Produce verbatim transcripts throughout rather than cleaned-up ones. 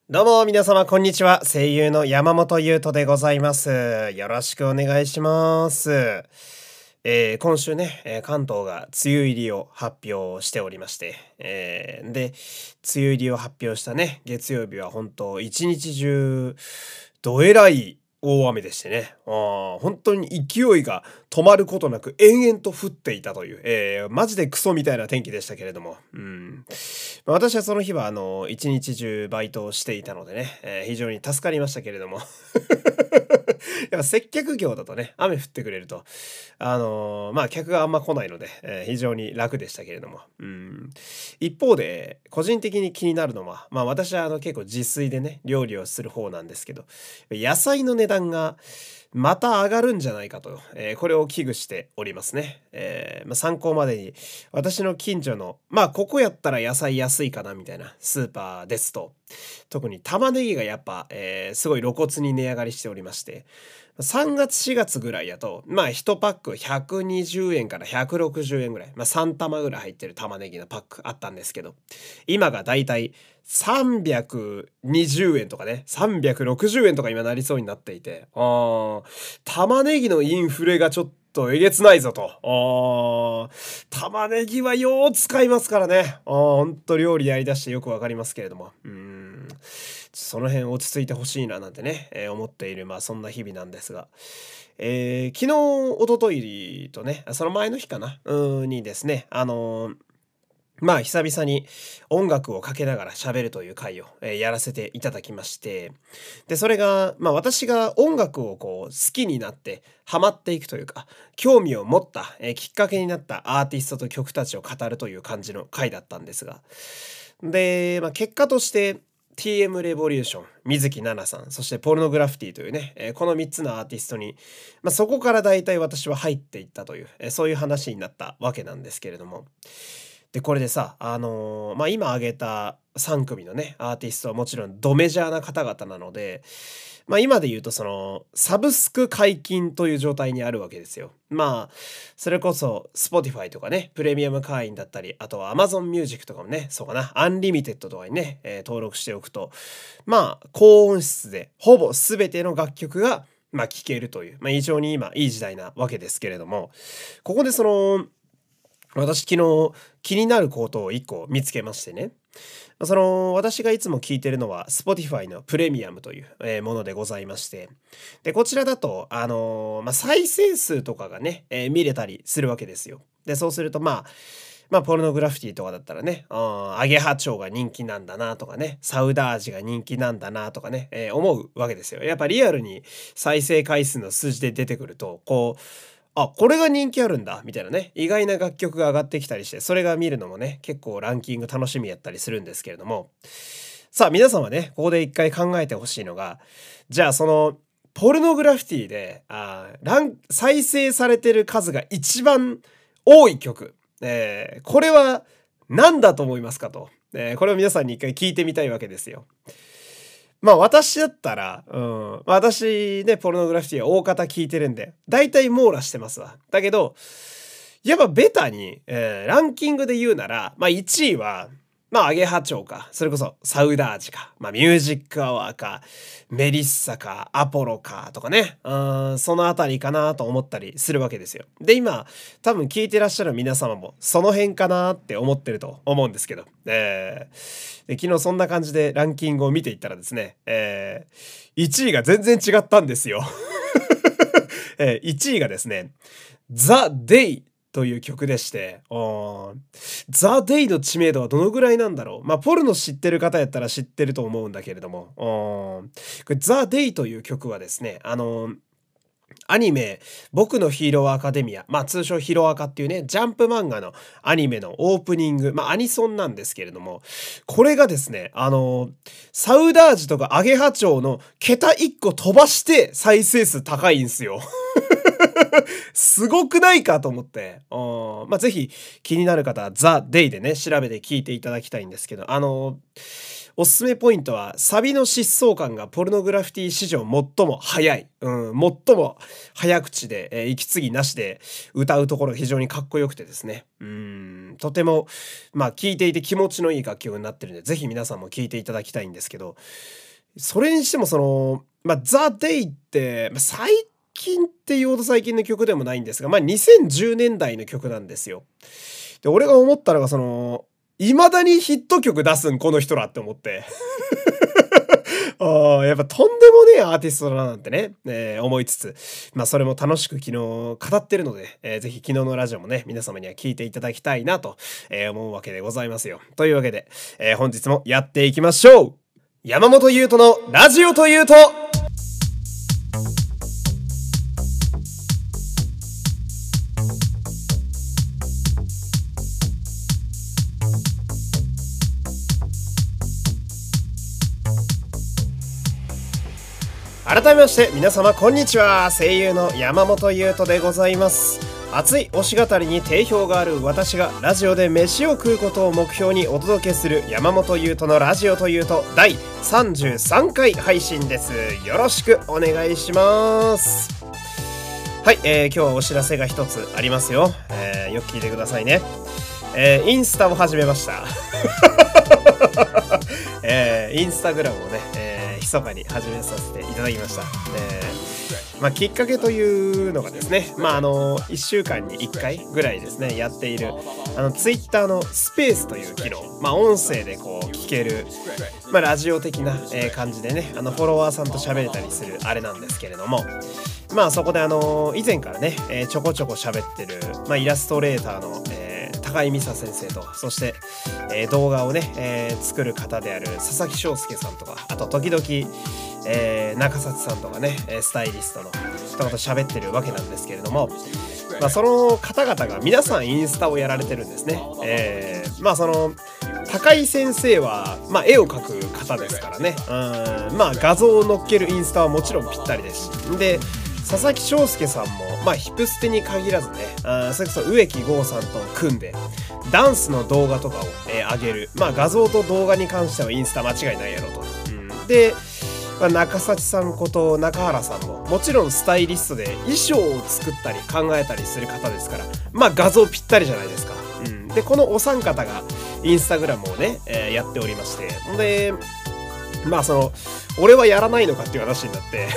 どうも皆様こんにちは。声優の山本優斗でございます。よろしくお願いします。えー、今週ね、えー関東が梅雨入りを発表しておりまして、えーで、梅雨入りを発表したね、月曜日は本当一日中、どえらい大雨でしてね、あー本当に勢いが止まることなく延々と降っていたという、えーマジでクソみたいな天気でしたけれども、うん。まあ私はその日はあの、一日中バイトをしていたのでね、えー非常に助かりましたけれども。やっぱ接客業だとね、雨降ってくれると、あのーまあ客があんま来ないので、えー非常に楽でしたけれども。うん。一方で、個人的に気になるのは、まあ私はあの結構自炊でね、料理をする方なんですけど、野菜の値段がまた上がるんじゃないかと、えーこれを危惧しておりますね。えーまあ、参考までに、私の近所の、まあここやったら野菜安いかなみたいなスーパーですと、特に玉ねぎがやっぱ、えーすごい露骨に値上がりしておりまして、さんがつしがつぐらいやと、まあいちパックひゃくにじゅうえんからひゃくろくじゅうえんぐらい、まあさん玉ぐらい入ってる玉ねぎのパックあったんですけど、今がだいたいさんびゃくにじゅうえんとかね、さんびゃくろくじゅうえんとか今なりそうになっていて、あー玉ねぎのインフレがちょっとえげつないぞと。あー玉ねぎはよう使いますからね。あーほんと料理やりだしてよくわかりますけれども。うーん。その辺落ち着いてほしいななんてね、えー思っている、まあそんな日々なんですが。えー昨日、一昨日とね、その前の日かな、うーんにですね、あのーまあ久々に音楽をかけながら喋るという回を、えーやらせていただきまして、で、それが、まあ私が音楽をこう好きになってハマっていくというか、興味を持った、えーきっかけになったアーティストと曲たちを語るという感じの回だったんですが、で、まあ結果として ティーエム レボリューション、水木奈々さん、そしてポルノグラフィティというね、えーこのみっつのアーティストに、まあそこから大体私は入っていったという、えーそういう話になったわけなんですけれども、で、これでさ、あの、ま、今挙げたさん組のね、アーティストはもちろんドメジャーな方々なので、ま、今で言うとその、サブスク解禁という状態にあるわけですよ。まあ、それこそ Spotify とかね、プレミアム会員だったり、あとは Amazon Music とかもね、そうかな、アンリミテッドとかにね、えー登録しておくと、まあ、高音質でほぼ全ての楽曲が、ま、聴けるという、ま、非常に今いい時代なわけですけれども、ここでその私昨日気になることを一個見つけましてね。その私がいつも聞いてるのは Spotify のプレミアムというえーものでございまして。で、こちらだと、あのーまあ、再生数とかがね、えー見れたりするわけですよ。で、そうするとまあ、まあ、ポルノグラフィティとかだったらね、あーアゲハチョウが人気なんだなとかね、サウダージが人気なんだなとかね、えー思うわけですよ。やっぱリアルに再生回数の数字で出てくると、こう、あ、これが人気あるんだ、みたいなね、意外な楽曲が上がってきたりして、それが見るのもね、結構ランキング楽しみやったりするんですけれども、さあ皆さんはね、ここで一回考えてほしいのが、じゃあその、ポルノグラフィティで、あーラン、再生されてる数が一番多い曲、えーこれは何だと思いますかと、えーこれを皆さんに一回聞いてみたいわけですよ。まあ私だったら、うん、私ね、ポルノグラフィティは大方聞いてるんで、だいたい網羅してますわ。だけど、やっぱベタに、えーランキングで言うなら、まあいちいは、まあアゲハチョウか、それこそサウダージか、まあミュージックアワーか、メリッサか、アポロかとかね、うん、そのあたりかなと思ったりするわけですよ。で、今、多分聞いてらっしゃる皆様もその辺かなって思ってると思うんですけど、えーで昨日そんな感じでランキングを見ていったらですね、えーいちいが全然違ったんですよ。えーいちいがですね、ザ・デイという曲でして、ザ・デイの知名度はどのぐらいなんだろう。まあ、ポルノ知ってる方やったら知ってると思うんだけれども、これザ・デイという曲はですね、あのーアニメ、僕のヒーローアカデミア、まあ通称ヒロアカっていうね、ジャンプ漫画のアニメのオープニング、まあアニソンなんですけれども、これがですね、あのーサウダージとかアゲハチョウの桁いっこ飛ばして再生数高いんすよ。すごくないかと思って。あーまあ、ぜひ気になる方はザ・デイでね、調べて聞いていただきたいんですけど、あのおすすめポイントは、サビの疾走感がポルノグラフィティ史上最も速い。うん、最も早口で、えー息継ぎなしで歌うところが非常にかっこよくてですね。うん、とても、まあ、聴いていて気持ちのいい楽曲になってるんで、ぜひ皆さんも聴いていただきたいんですけど、それにしてもその、まあ、ザ・デイって、まあ、最近っていうほど最近の曲でもないんですが、まあ、にせんじゅうねんだいの曲なんですよ。で、俺が思ったのが、その、未だにヒット曲出すん、この人らって思って。ああ、やっぱとんでもねえアーティストだななんてね、えー思いつつ、まあそれも楽しく昨日語ってるので、えーぜひ昨日のラジオもね、皆様には聞いていただきたいなと、えー思うわけでございますよ。というわけで、えー本日もやっていきましょう。山本優斗のラジオというと、改めまして皆様こんにちは。声優の山本優斗でございます。熱い推し語りに定評がある私がラジオで飯を食うことを目標にお届けする山本優斗のラジオというとだいさんじゅうさんかい配信です。よろしくお願いします。はい、えー、今日はお知らせが一つありますよ。えー、よく聞いてくださいね。えー、インスタを始めました。えー、インスタグラムをね、えー、密かに始めさせていただきました。えーまあ、きっかけというのがですね、まああのいっしゅうかんにいっかいぐらいですねやっているあのツイッターのスペースという機能、まあ音声でこう聞ける、まあラジオ的な、えー感じでね、あのフォロワーさんと喋れたりするあれなんですけれども、まあそこであの以前からね、えーちょこちょこ喋ってる、まあイラストレーターの、えー高井美沙先生と、そして、えー動画をね、えー作る方である佐々木翔介さんとか、あと時々、えー中札さんとかね、えースタイリストの人と喋ってるわけなんですけれども、まあ、その方々が皆さんインスタをやられてるんですね。えー、まあその高井先生は、まあ、絵を描く方ですからね、うん、まあ画像を載っけるインスタはもちろんぴったりですし、で佐々木翔介さんも、まあ、ヒプステに限らずね、あそれこそ植木剛さんと組んでダンスの動画とかを、えー上げる、まあ画像と動画に関してはインスタ間違いないやろと、うん、でまあ、中幸さんこと中原さんももちろんスタイリストで衣装を作ったり考えたりする方ですから、まあ画像ぴったりじゃないですか。うん、でこのお三方がインスタグラムをね、えーやっておりまして、でまあその俺はやらないのかっていう話になって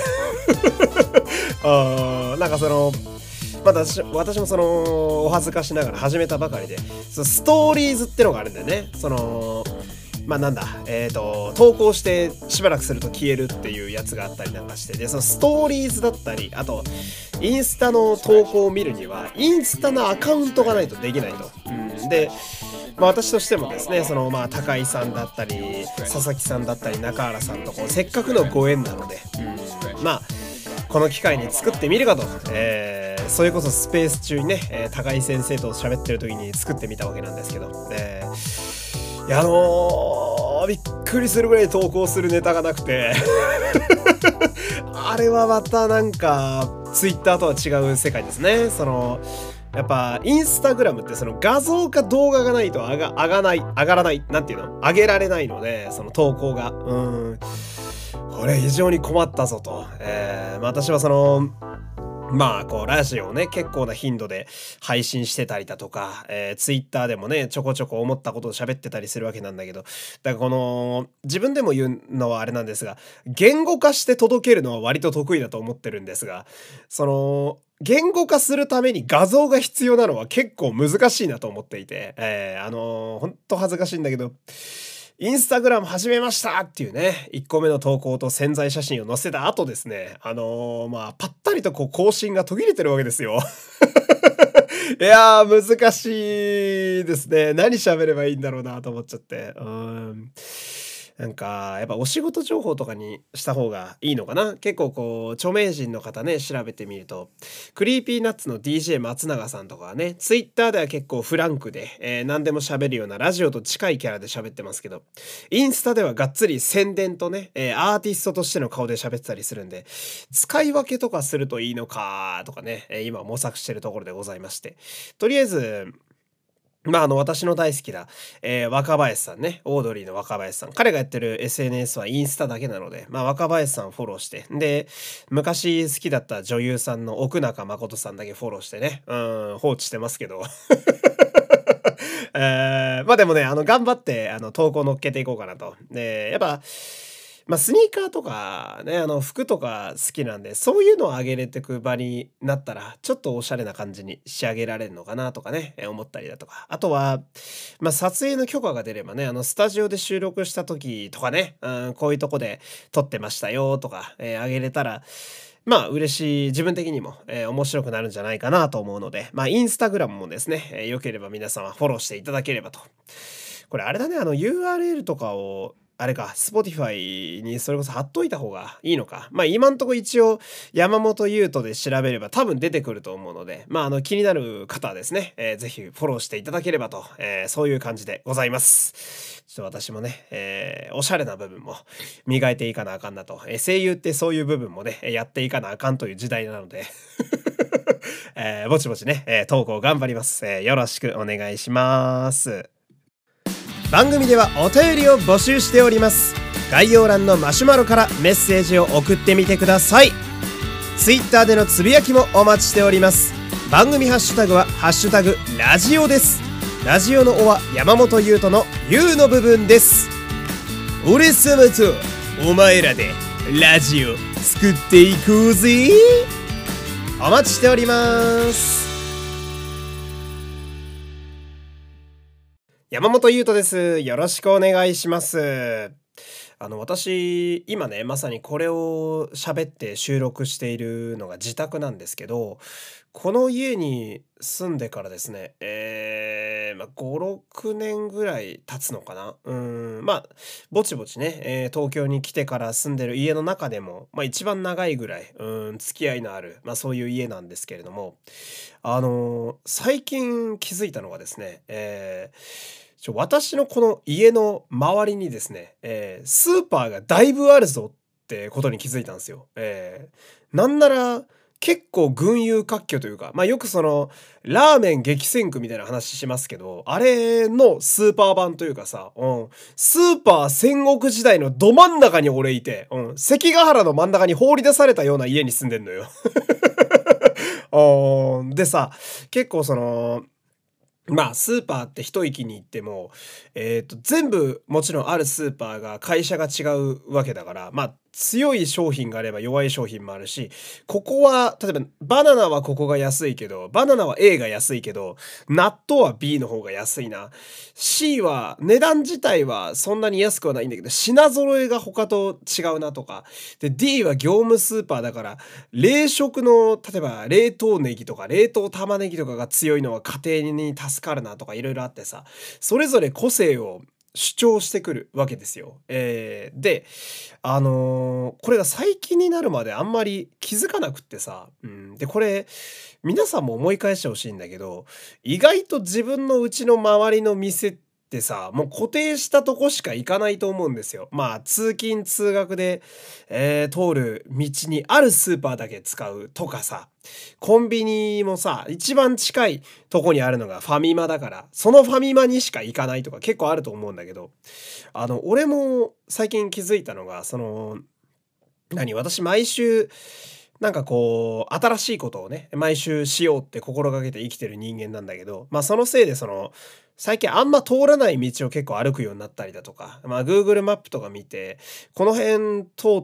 あーなんかそのまだ私私もそのお恥ずかしながら始めたばかりで、そのストーリーズってのがあるんだよね。そのまあなんだ、えーと、投稿してしばらくすると消えるっていうやつがあったりなんかして、で、そのストーリーズだったり、あと、インスタの投稿を見るには、インスタのアカウントがないとできないと。うん、で、まあ私としてもですね、そのまあ高井さんだったり、佐々木さんだったり、中原さんとこう、せっかくのご縁なので、うん、まあ、この機会に作ってみるかと、えー、それこそスペース中にね、えー、高井先生と喋ってる時に作ってみたわけなんですけど、えーいやあのー、びっくりするぐらい投稿するネタがなくてあれはまたなんかツイッターとは違う世界ですね。そのやっぱインスタグラムってその画像か動画がないと上が上がない上がらないなんていうの上げられないので、その投稿がうんこれ非常に困ったぞと、えー、私はそのまあ、こう、ラジオをね、結構な頻度で配信してたりだとか、えー、ツイッターでもね、ちょこちょこ思ったことを喋ってたりするわけなんだけど、だからこの、自分でも言うのはあれなんですが、言語化して届けるのは割と得意だと思ってるんですが、その、言語化するために画像が必要なのは結構難しいなと思っていて、えー、あのー、ほんと恥ずかしいんだけど、インスタグラム始めましたっていうね、いっこめの投稿と宣材写真を載せた後ですね、あのー、まあ、ぱったりとこう更新が途切れてるわけですよ。いやー、難しいですね。何喋ればいいんだろうなと思っちゃって。うーん。なんか、やっぱお仕事情報とかにした方がいいのかな。結構こう、著名人の方ね、調べてみると、クリーピーナッツの ディージェー 松永さんとかはね、ツイッターでは結構フランクで、えー何でも喋るようなラジオと近いキャラで喋ってますけど、インスタではがっつり宣伝とね、えーアーティストとしての顔で喋ってたりするんで、使い分けとかするといいのかとかね、えー今模索してるところでございまして。とりあえず、 まあ、あの、私の大好きな、えー若林さんね、オードリーの若林さん。彼がやってる エスエヌエス はインスタだけなので、まあ、若林さんフォローして、で、昔好きだった女優さんの奥中誠さんだけフォローしてね、うん、放置してますけど。えーまあでもね、あの、頑張って、あの、投稿乗っけていこうかなと。で、やっぱ、まあ、スニーカーとかね、あの、服とか好きなんで、そういうのを上げれてく場になったら、ちょっとおしゃれな感じに仕上げられるのかなとかね、え、思ったりだとか。あとは、まあ、撮影の許可が出ればね、あの、スタジオで収録した時とかね、うん、こういうとこで撮ってましたよとか、えー、上げれたら、まあ、嬉しい、自分的にも、えー面白くなるんじゃないかなと思うので、まあ、インスタグラムもですね、えー良ければ皆様フォローしていただければと。これあれだね、あの ユーアールエル とかを、あれか、Spotify にそれこそ貼っといた方がいいのか。まあ今んとこ一応山本優斗で調べれば多分出てくると思うので、まああの気になる方はですね、えーぜひフォローしていただければと、えーそういう感じでございます。ちょっと私もね、えーおしゃれな部分も磨いていかなあかんなと。えー声優ってそういう部分もね、やっていかなあかんという時代なので、えーぼちぼちね、えー投稿頑張ります。えーよろしくお願いします。番組ではお便りを募集しております。概要欄のマシュマロからメッセージを送ってみてください。ツイッターでのつぶやきもお待ちしております。番組ハッシュタグはハッシュタグラジオです。ラジオのおは山本優斗の優の部分です。俺様とお前らでラジオ作っていこうぜ。お待ちしております。山本優斗です。よろしくお願いします。あの、私、今ね、まさにこれを喋って収録しているのが自宅なんですけど、この家に住んでからですね、えー、まあ、ご、ろくねんぐらい経つのかな。うん、まあ、ぼちぼちね、えー東京に来てから住んでる家の中でも、まあ一番長いぐらい、うん、付き合いのある、まあそういう家なんですけれども、あのー最近気づいたのがですね、えーちょ私のこの家の周りにですね、えースーパーがだいぶあるぞってことに気づいたんですよ。えーなんなら結構群雄割拠というか、まあよくそのラーメン激戦区みたいな話しますけど、あれのスーパー版というかさ、うん、スーパー戦国時代のど真ん中に俺いて、うん、関ヶ原の真ん中に放り出されたような家に住んでんのよ。うんでさ、結構その、まあ、スーパーって一息に言っても、えっと、全部もちろんあるスーパーが会社が違うわけだから、まあ、強い商品があれば弱い商品もあるし、ここは、例えばバナナはここが安いけど、バナナは A が安いけど、納豆は B の方が安いな。C は値段自体はそんなに安くはないんだけど、品揃えが他と違うなとか。で、D は業務スーパーだから、冷食の、例えば冷凍ネギとか冷凍玉ねぎとかが強いのは家庭に助かるなとかいろいろあってさ、それぞれ個性を主張してくるわけですよ。えーで、あのーこれが最近になるまであんまり気づかなくってさ、うん、で、これ、皆さんも思い返してほしいんだけど、意外と自分のうちの周りの店ってさ、もう固定したとこしか行かないと思うんですよ。まあ、通勤通学で、えー通る道にあるスーパーだけ使うとかさ、コンビニもさ、一番近いとこにあるのがファミマだから、そのファミマにしか行かないとか結構あると思うんだけど、あの、俺も最近気づいたのが、その、何、私毎週、なんかこう、新しいことをね、毎週しようって心がけて生きてる人間なんだけど、まあそのせいでその、最近あんま通らない道を結構歩くようになったりだとか、まあ Google マップとか見て、この辺通って、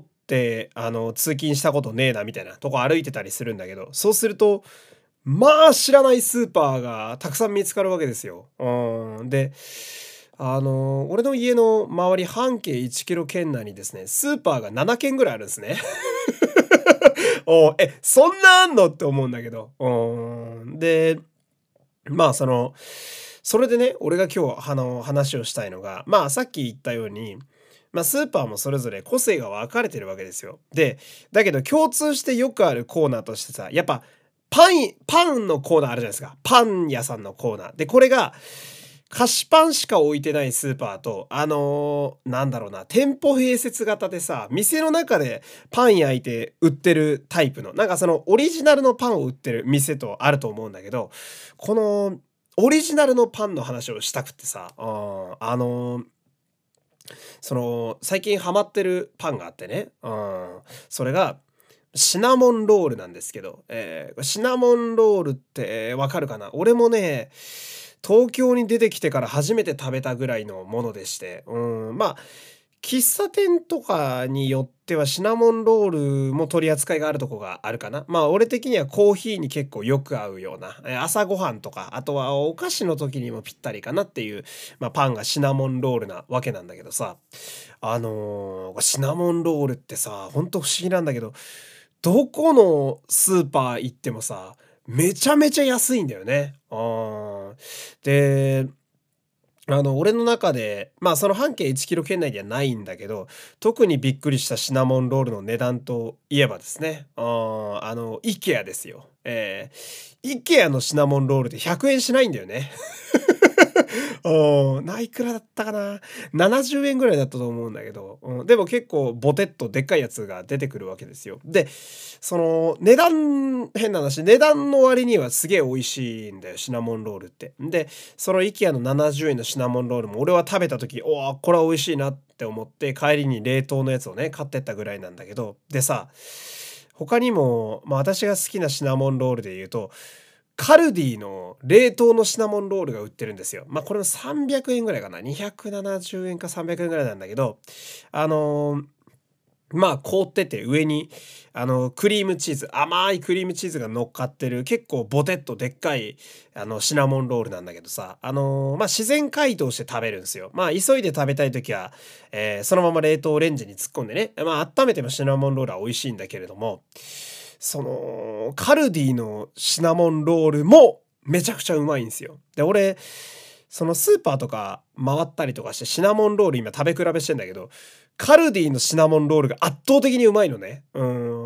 あの、通勤したことねえなみたいなとこ歩いてたりするんだけど、そうすると、まあ知らないスーパーがたくさん見つかるわけですよ。うん。で、あの、俺の家の周り半径いちキロ圏内にですね、スーパーがななけんぐらいあるんですね。おえ、そんなあんのって思うんだけど。うん。で、まあその、それでね、俺が今日あの話をしたいのが、まあさっき言ったように、まあスーパーもそれぞれ個性が分かれてるわけですよ。で、だけど共通してよくあるコーナーとしてさ、やっぱパン、パンのコーナーあるじゃないですか。パン屋さんのコーナー。で、これが、菓子パンしか置いてないスーパーと、あのーなんだろうな、店舗併設型でさ、店の中でパン焼いて売ってるタイプの、なんかそのオリジナルのパンを売ってる店とあると思うんだけど、このオリジナルのパンの話をしたくってさ、うん、あのーその、最近ハマってるパンがあってね、うん、それが、シナモンロールなんですけど、えーシナモンロールってわかるかな？俺もね、東京に出てきてから初めて食べたぐらいのものでして、うん、まあ、喫茶店とかによってはシナモンロールも取り扱いがあるとこがあるかな。まあ俺的にはコーヒーに結構よく合うような、えー朝ごはんとか、あとはお菓子の時にもぴったりかなっていう、まあパンがシナモンロールなわけなんだけどさ、あのーシナモンロールってさ、ほんと不思議なんだけど、どこのスーパー行ってもさ、めちゃめちゃ安いんだよね。あーで、あの、俺の中で、まあその半径いちキロ圏内ではないんだけど、特にびっくりしたシナモンロールの値段といえばですね、あーあの、イケアですよ。えー、イケアのシナモンロールってひゃくえんしないんだよね。うん、ないくらだったかな。ななじゅうえんぐらいだったと思うんだけど、うん、でも結構ボテッとでっかいやつが出てくるわけですよ。で、その値段、変な話、値段の割にはすげえ美味しいんだよ、シナモンロールって。で、その IKEA のななじゅうえんのシナモンロールも俺は食べた時、おーこれは美味しいなって思って帰りに冷凍のやつをね、買ってったぐらいなんだけど、でさ、他にも、まあ私が好きなシナモンロールで言うと、カルディの冷凍のシナモンロールが売ってるんですよ。まあこれもさんびゃくえんぐらいかな。にひゃくななじゅうえんかさんびゃくえんぐらいなんだけど、あのーまあ凍ってて上にあのクリームチーズ、甘いクリームチーズが乗っかってる結構ボテッとでっかいあのシナモンロールなんだけどさ、あのーまあ自然解凍して食べるんですよ。まあ急いで食べたい時は、えーそのまま冷凍レンジに突っ込んでね、まあ温めてもシナモンロールは美味しいんだけれども、そのカルディのシナモンロールもめちゃくちゃうまいんですよ。で俺そのスーパーとか回ったりとかしてシナモンロール今食べ比べしてんだけど、カルディのシナモンロールが圧倒的にうまいのね。うん、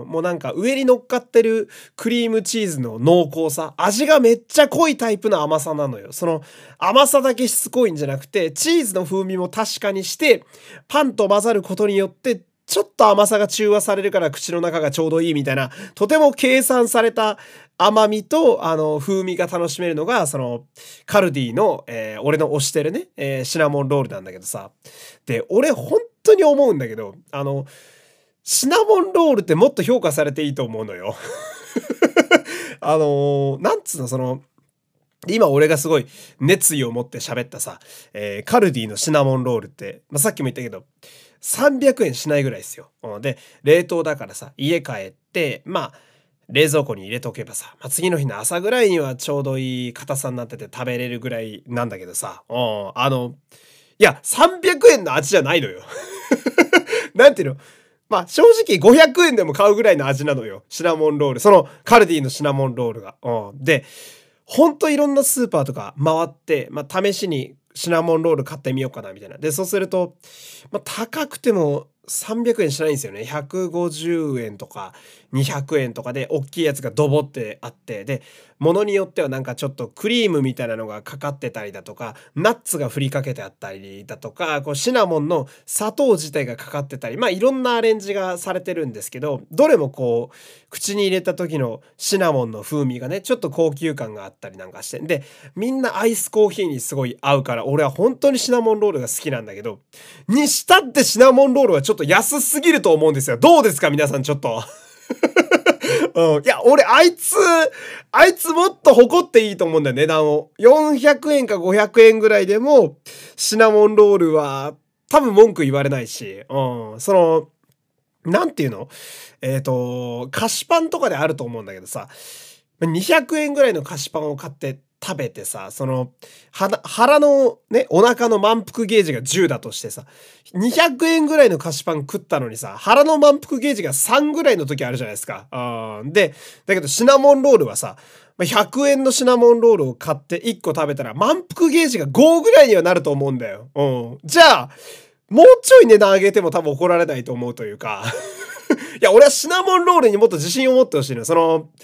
もうなんか上に乗っかってるクリームチーズの濃厚さ、味がめっちゃ濃いタイプの甘さなのよ。その甘さだけしつこいんじゃなくて、チーズの風味も確かにして、パンと混ざることによってちょっと甘さが中和されるから口の中がちょうどいいみたいな、とても計算された甘みと、あの、風味が楽しめるのが、その、カルディの、えー俺の推してるね、えーシナモンロールなんだけどさ。で、俺本当に思うんだけど、あの、シナモンロールってもっと評価されていいと思うのよ。あのーなんつうの、その、今俺がすごい熱意を持って喋ったさ、えーカルディのシナモンロールって、まあ、さっきも言ったけど、さんびゃくえんしないぐらいですよ。うん、で、冷凍だからさ、家帰って、まあ、冷蔵庫に入れとけばさ、まあ、次の日の朝ぐらいにはちょうどいい硬さになってて食べれるぐらいなんだけどさ、うん、あの、いや、さんびゃくえんの味じゃないのよ。なんていうの、まあ正直ごひゃくえんでも買うぐらいの味なのよ。シナモンロール。そのカルディのシナモンロールが。うん、で、ほんといろんなスーパーとか回って、まあ試しにシナモンロール買ってみようかなみたいな。で、そうすると、まあ高くてもさんびゃくえんしないんですよね。ひゃくごじゅうえんとかにひゃくえんとかで大きいやつがドボってあって、で、ものによってはなんかちょっとクリームみたいなのがかかってたりだとか、ナッツが振りかけてあったりだとか、こうシナモンの砂糖自体がかかってたり、まあいろんなアレンジがされてるんですけど、どれもこう、口に入れた時のシナモンの風味がね、ちょっと高級感があったりなんかして。で、みんなアイスコーヒーにすごい合うから、俺は本当にシナモンロールが好きなんだけど、にしたってシナモンロールはちょっと安すぎると思うんですよ。どうですか皆さんちょっと。うん、いや、俺、あいつ、あいつもっと誇っていいと思うんだよ、値段を。よんひゃくえんかごひゃくえんぐらいでも、シナモンロールは、多分文句言われないし、うん、その、なんていうのえっと、菓子パンとかであると思うんだけどさ、にひゃくえんぐらいの菓子パンを買って食べてさ、その、は腹のね、お腹の満腹ゲージがじゅうだとしてさ、にひゃくえんぐらいの菓子パン食ったのにさ、腹の満腹ゲージがさんぐらいの時あるじゃないですか。あーで、だけどシナモンロールはさ、ひゃくえんのシナモンロールを買っていっこ食べたら満腹ゲージがごぐらいにはなると思うんだよ。うん。じゃあ、もうちょい値段上げても多分怒られないと思うというか。いや、俺はシナモンロールにもっと自信を持ってほしいの。その、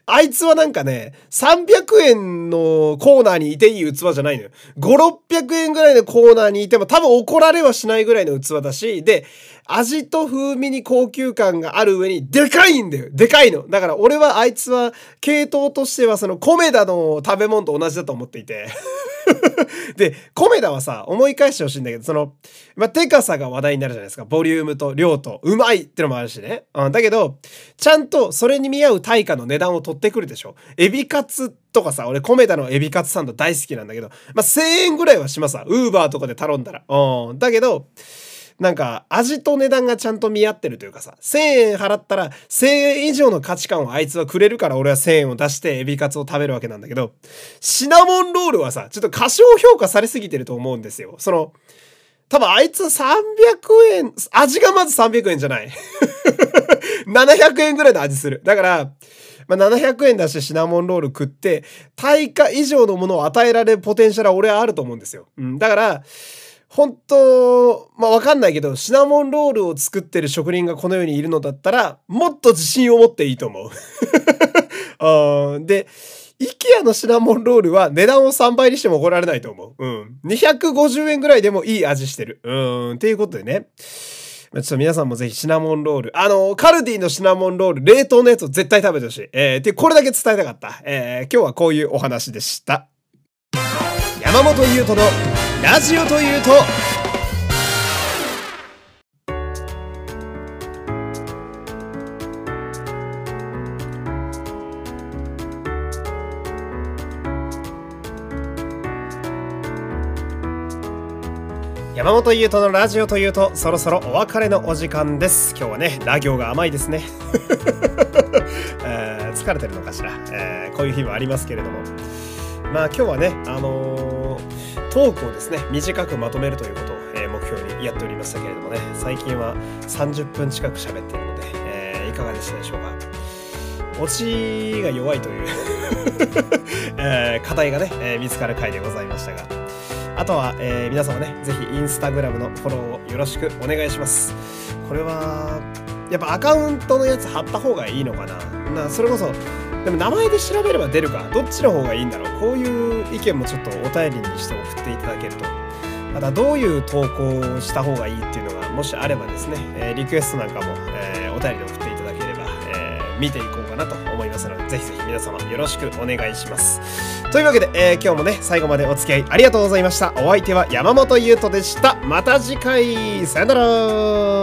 あいつはなんかね、さんびゃくえんのコーナーにいていい器じゃないのよ。ご、ろっぴゃくえんぐらいのコーナーにいても多分怒られはしないぐらいの器だし、で、味と風味に高級感がある上にでかいんだよ。でかいの。だから俺はあいつは系統としてはそのコメダの食べ物と同じだと思っていて。で、コメダはさ、思い返してほしいんだけど、その、まあ、でかさが話題になるじゃないですか。ボリュームと量と、うまいってのもあるしね。うん、だけど、ちゃんとそれに見合う対価の値段を取ってくるでしょ。エビカツとかさ、俺コメダのエビカツサンド大好きなんだけど、まあ、せんえんぐらいはしますわ。ウーバーとかで頼んだら。うん、だけど、なんか味と値段がちゃんと見合ってるというかさ、せんえん払ったらせんえん以上の価値観をあいつはくれるから俺はせんえんを出してエビカツを食べるわけなんだけど、シナモンロールはさ、ちょっと過小評価されすぎてると思うんですよ。その、多分あいつさんびゃくえん、味がまずさんびゃくえんじゃない。ななひゃくえんぐらいの味する。だから、まあ、ななひゃくえん出してシナモンロール食って、対価以上のものを与えられるポテンシャルは俺はあると思うんですよ。うん、だから、本当、まあ、わかんないけど、シナモンロールを作ってる職人がこの世にいるのだったら、もっと自信を持っていいと思う。あで、イケアのシナモンロールは値段をさんばいにしても怒られないと思う。うん。にひゃくごじゅうえんぐらいでもいい味してる。うん。っていうことでね。ちょっと皆さんもぜひシナモンロール。あの、カルディのシナモンロール、冷凍のやつを絶対食べてほしい。えー、で、これだけ伝えたかった。えー、今日はこういうお話でした。山本優斗のラジオというと、山本優斗のラジオというと、そろそろお別れのお時間です。今日はね、ラ行が甘いですね。えー、疲れてるのかしら、えー。こういう日もありますけれども。まあ今日はね、あのー、トークをですね、短くまとめるということを、えー、目標にやっておりましたけれどもね、最近はさんじゅっぷん近く喋っているので、えー、いかがでしたでしょうか。オチが弱いという、えー、課題がね、えー、見つかる回でございましたが、あとは、えー、皆さんはね、ぜひインスタグラムのフォローをよろしくお願いします。これは、やっぱアカウントのやつ貼った方がいいのかな。な、それこそ、でも名前で調べれば出るか。どっちの方がいいんだろう。こういう意見もちょっとお便りにして送っていただけると。またどういう投稿をした方がいいっていうのがもしあればですね、えー、リクエストなんかも、えー、お便りで送っていただければ、えー、見ていこうかなと思いますので、ぜひぜひ皆様よろしくお願いします。というわけで、えー、今日もね、最後までお付き合いありがとうございました。お相手は山本優斗でした。また次回、さよなら。